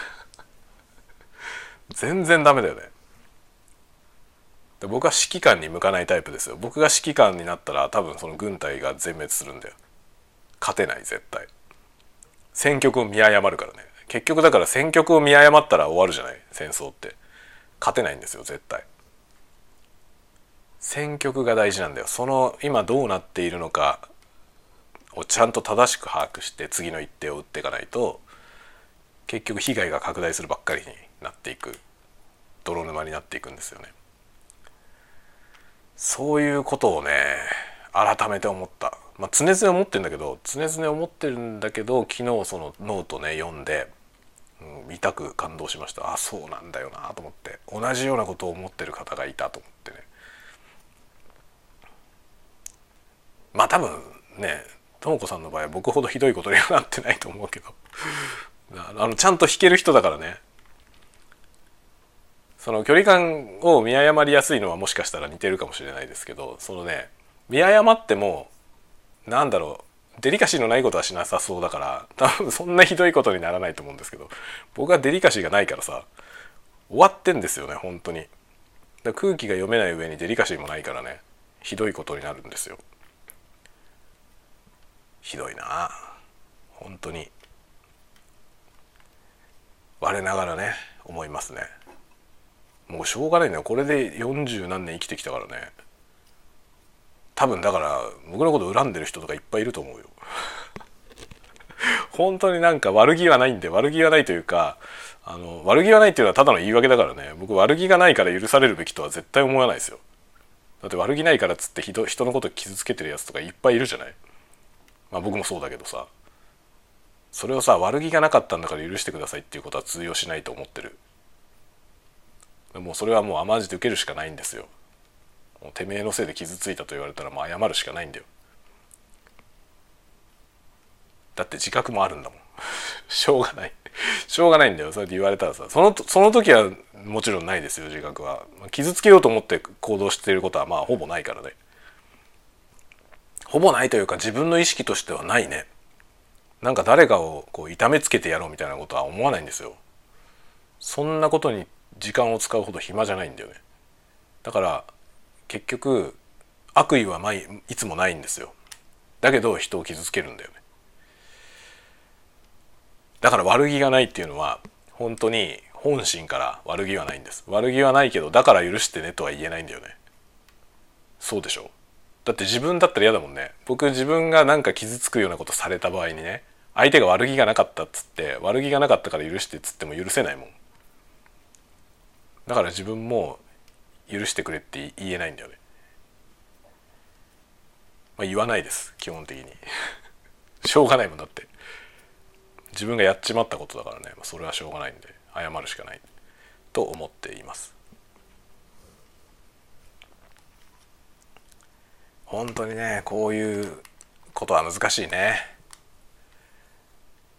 全然ダメだよね。で僕は指揮官に向かないタイプですよ。僕が指揮官になったら多分その軍隊が全滅するんだよ。勝てない、絶対。戦局を見誤るからね。結局だから戦局を見誤ったら終わるじゃない、戦争って。勝てないんですよ、絶対。戦局が大事なんだよ。その今どうなっているのかをちゃんと正しく把握して次の一手を打っていかないと、結局被害が拡大するばっかりになっていく、泥沼になっていくんですよね。そういうことをね、改めて思った。まあ常々思ってるんだけど、昨日そのノートね読んで、見たく感動しました。あ、そうなんだよなと思って、同じようなことを思ってる方がいたと思ってね。まあ多分ね、とも子さんの場合は僕ほどひどいことにはなってないと思うけどちゃんと弾ける人だからね。その距離感を見誤りやすいのはもしかしたら似てるかもしれないですけど、そのね、見誤ってもなんだろう、デリカシーのないことはしなさそうだから、多分そんなひどいことにならないと思うんですけど、僕はデリカシーがないからさ、終わってんですよね、本当に。だから空気が読めない上にデリカシーもないからね、ひどいことになるんですよ。ひどいな本当に。我ながらね、思いますね。もうしょうがないんだよ、これで40何年生きてきたからね。多分だから僕のこと恨んでる人とかいっぱいいると思うよ。本当になんか悪気はないんで、悪気はないというか、悪気はないっていうのはただの言い訳だからね。僕悪気がないから許されるべきとは絶対思わないですよ。だって悪気ないからっつって人のこと傷つけてるやつとかいっぱいいるじゃない。まあ僕もそうだけどさ、それをさ、悪気がなかったんだから許してくださいっていうことは通用しないと思ってる。もうそれはもう甘んじて受けるしかないんですよ。もうてめえのせいで傷ついたと言われたらもう謝るしかないんだよ。だって自覚もあるんだもん。しょうがない。しょうがないんだよ、そうやって言われたらさ。その時はもちろんないですよ、自覚は。傷つけようと思って行動していることはまあほぼないからね。ほぼないというか自分の意識としてはないね。なんか誰かをこう痛めつけてやろうみたいなことは思わないんですよ。そんなことに時間を使うほど暇じゃないんだよね。だから結局悪意はいつもないんですよ。だけど人を傷つけるんだよね。だから悪気がないっていうのは本当に本心から悪気はないんです。悪気はないけどだから許してねとは言えないんだよね。そうでしょ。だって自分だったら嫌だもんね。僕自分がなんか傷つくようなことされた場合にね、相手が悪気がなかったっつって、悪気がなかったから許してっつっても許せないもん。だから自分も許してくれって言えないんだよね。まあ、言わないです基本的に。しょうがないもんだって。自分がやっちまったことだからね、それはしょうがないんで謝るしかないと思っています。本当にね、こういうことは難しいね。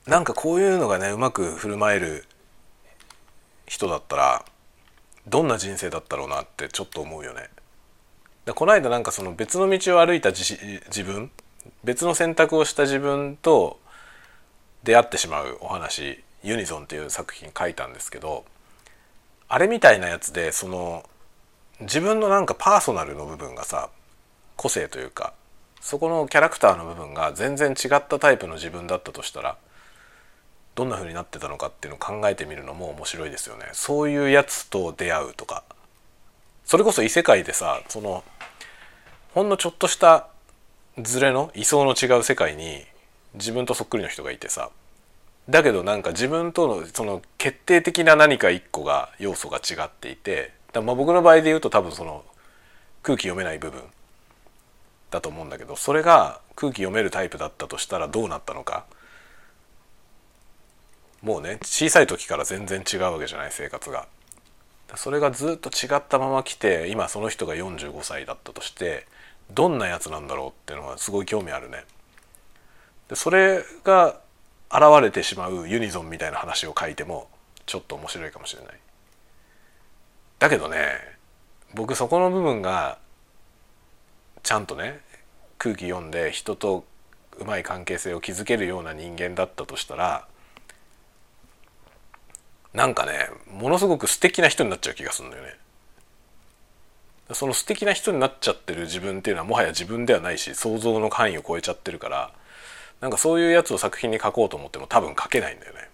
なんかこういうのがねうまく振る舞える人だったらどんな人生だったろうなってちょっと思うよね。この間なんかその別の道を歩いた自分、別の選択をした自分と出会ってしまうお話、ユニゾンっていう作品書いたんですけど、あれみたいなやつでその自分のなんかパーソナルの部分がさ、個性というかそこのキャラクターの部分が全然違ったタイプの自分だったとしたらどんな風になってたのかっていうのを考えてみるのも面白いですよね。そういうやつと出会うとか、それこそ異世界でさ、そのほんのちょっとしたズレの位相の違う世界に自分とそっくりの人がいてさ、だけどなんか自分とのその決定的な何か一個が要素が違っていて、まあ僕の場合で言うと多分その空気読めない部分だと思うんだけど、それが空気読めるタイプだったとしたらどうなったのか。もうね小さい時から全然違うわけじゃない、生活が。それがずっと違ったまま来て、今その人が45歳だったとしてどんなやつなんだろうっていうのはすごい興味あるね。でそれが現れてしまうユニゾンみたいな話を書いてもちょっと面白いかもしれない。だけどね、僕そこの部分がちゃんとね空気読んで人とうまい関係性を築けるような人間だったとしたら、なんかねものすごく素敵な人になっちゃう気がするんだよね。その素敵な人になっちゃってる自分っていうのはもはや自分ではないし、想像の範囲を超えちゃってるから、なんかそういうやつを作品に書こうと思っても多分書けないんだよね。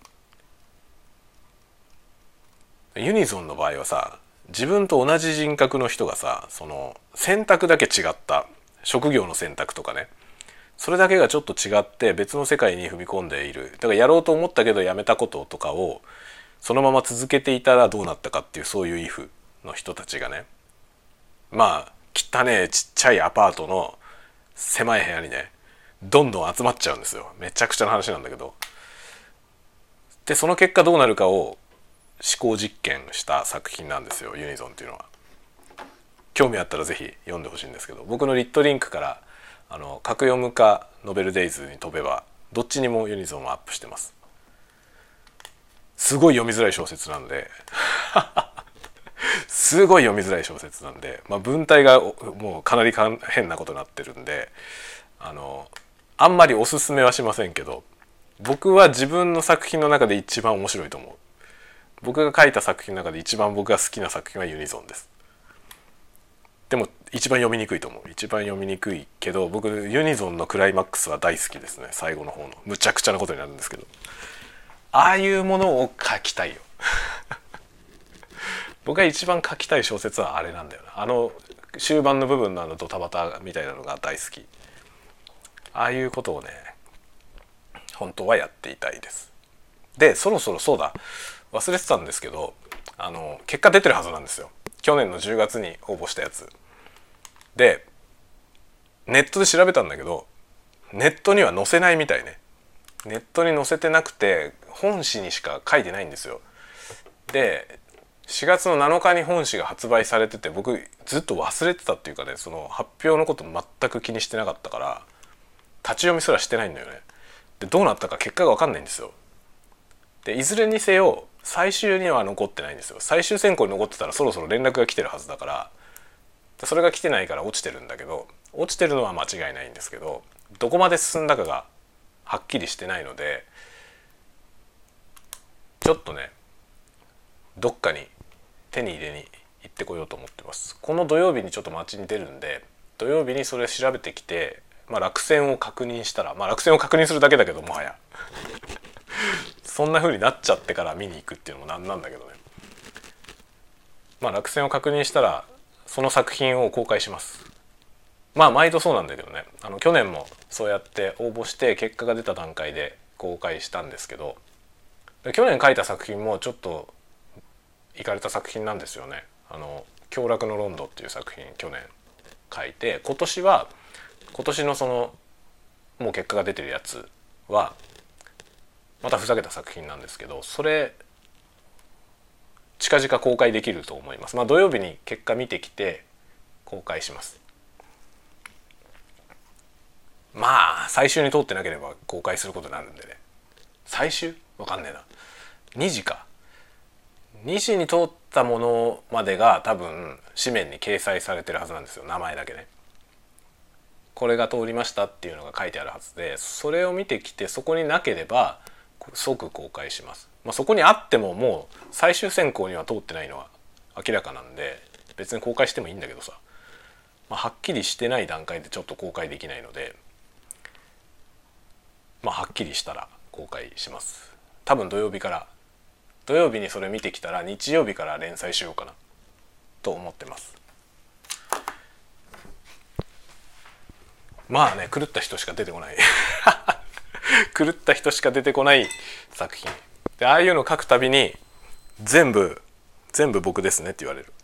ユニゾンの場合はさ、自分と同じ人格の人がさ、その選択だけ違った職業の選択とかね、それだけがちょっと違って別の世界に踏み込んでいる、だからやろうと思ったけどやめたこととかをそのまま続けていたらどうなったかっていう、そういうイフの人たちがね、まあ汚ねえちっちゃいアパートの狭い部屋にねどんどん集まっちゃうんですよ。めちゃくちゃな話なんだけど、でその結果どうなるかを思考実験した作品なんですよ、ユニゾンっていうのは。興味あったらぜひ読んでほしいんですけど、僕のリットリンクから格読むかノベルデイズに飛べばどっちにもユニゾンはアップしてます。すごい読みづらい小説なんですごい読みづらい小説なんで、まあ、文体がもうかなり変なことになってるんで、あんまりおすすめはしませんけど、僕は自分の作品の中で一番面白いと思う。僕が書いた作品の中で一番僕が好きな作品はユニゾンです。でも一番読みにくいと思う。一番読みにくいけど、僕ユニゾンのクライマックスは大好きですね。最後の方のむちゃくちゃなことになるんですけど、ああいうものを書きたいよ。僕が一番書きたい小説はあれなんだよな。終盤の部分のドタバタみたいなのが大好き。ああいうことをね本当はやっていたいです。でそろそろ、そうだ、忘れてたんですけど、結果出てるはずなんですよ。去年の10月に応募したやつで、ネットで調べたんだけどネットには載せないみたいね。ネットに載せてなくて本誌にしか書いてないんですよ。で4月の7日に本誌が発売されてて、僕ずっと忘れてたっていうかね、その発表のこと全く気にしてなかったから立ち読みすらしてないんだよね。でどうなったか結果が分かんないんですよ。でいずれにせよ最終には残ってないんですよ。最終選考に残ってたらそろそろ連絡が来てるはずだから、それが来てないから落ちてるんだけど、落ちてるのは間違いないんですけど、どこまで進んだかがはっきりしてないので、ちょっとねどっかに手に入れに行ってこようと思ってます。この土曜日にちょっと街に出るんで、土曜日にそれ調べてきて、落選を確認したら、落選を確認するだけだけど、もはやそんな風になっちゃってから見に行くっていうのもなんなんだけどね。落選を確認したらその作品を公開します。毎度そうなんだけどね、去年もそうやって応募して結果が出た段階で公開したんですけど、去年書いた作品もちょっとイかれた作品なんですよね。凶楽のロンドっていう作品去年書いて、今年のそのもう結果が出てるやつはまたふざけた作品なんですけど、それ近々公開できると思います。土曜日に結果見てきて公開します。最終に通ってなければ公開することになるんでね、 最終わかんねえな、2時か、2時に通ったものまでが多分紙面に掲載されてるはずなんですよ、名前だけね。これが通りましたっていうのが書いてあるはずで、それを見てきてそこになければ即公開します。そこにあってももう最終選考には通ってないのは明らかなんで別に公開してもいいんだけどさ、はっきりしてない段階でちょっと公開できないので、はっきりしたら公開します。多分土曜日にそれ見てきたら日曜日から連載しようかなと思ってます。狂った人しか出てこない狂った人しか出てこない作品で、ああいうの書くたびに全部僕ですねって言われる。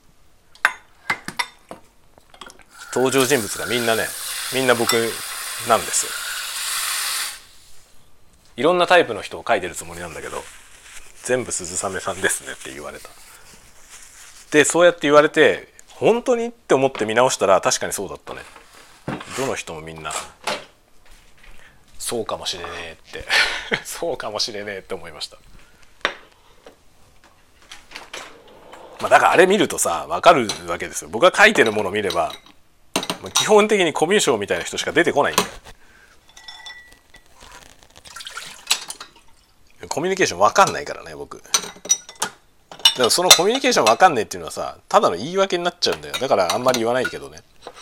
登場人物がみんな僕なんですよ。いろんなタイプの人を書いてるつもりなんだけど、全部鈴雨さんですねって言われた。でそうやって言われて本当にって思って見直したら確かにそうだったね。どの人もみんなそうかもしれねえってそうかもしれねえって思いました。だからあれ見るとさ分かるわけですよ。僕が書いてるものを見れば基本的にコミュ障みたいな人しか出てこないんだよ。コミュニケーション分かんないからね僕。だからそのコミュニケーション分かんねえっていうのはさただの言い訳になっちゃうんだよ。だからあんまり言わないけどね。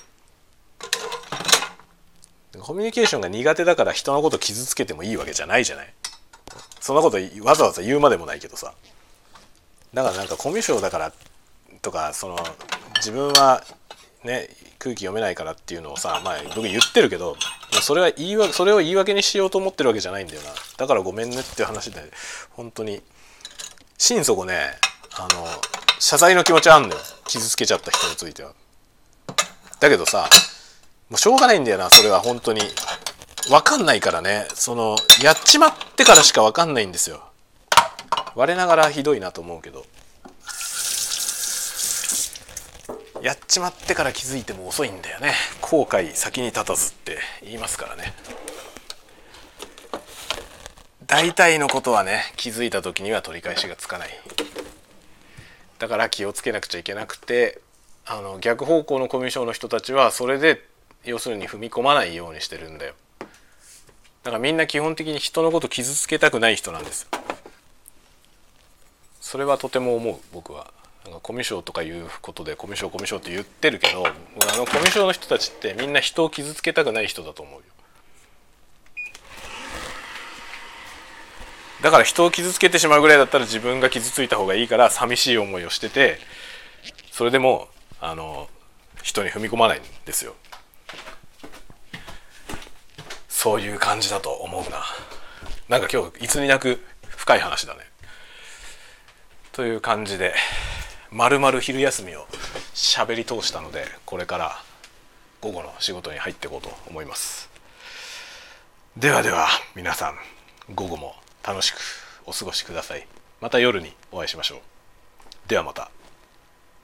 コミュニケーションが苦手だから人のこと傷つけてもいいわけじゃないじゃない。そんなことわざわざ言うまでもないけどさ。だからコミュ障だからとか自分はね空気読めないからっていうのをさ僕言ってるけど、それを言い訳にしようと思ってるわけじゃないんだよな。だからごめんねっていう話で本当に心底ね謝罪の気持ちあんのよ、傷つけちゃった人については。だけどさもうしょうがないんだよな、それは本当に分かんないからね。やっちまってからしか分かんないんですよ。我ながらひどいなと思うけど、やっちまってから気づいても遅いんだよね。後悔先に立たずって言いますからね。大体のことはね気づいた時には取り返しがつかない。だから気をつけなくちゃいけなくて、逆方向のコミュ障の人たちはそれで要するに踏み込まないようにしてるんだよ。だからみんな基本的に人のこと傷つけたくない人なんですよ。それはとても思う。僕はコミュ障とかいうことでコミュ障って言ってるけど、コミュ障の人たちってみんな人を傷つけたくない人だと思うよ。だから人を傷つけてしまうぐらいだったら自分が傷ついた方がいいから寂しい思いをしてて、それでも人に踏み込まないんですよ。そういう感じだと思うな。今日いつになく深い話だね。という感じで丸々昼休みを喋り通したので、これから午後の仕事に入っていこうと思います。では皆さん午後も楽しくお過ごしください。また夜にお会いしましょう。ではまた。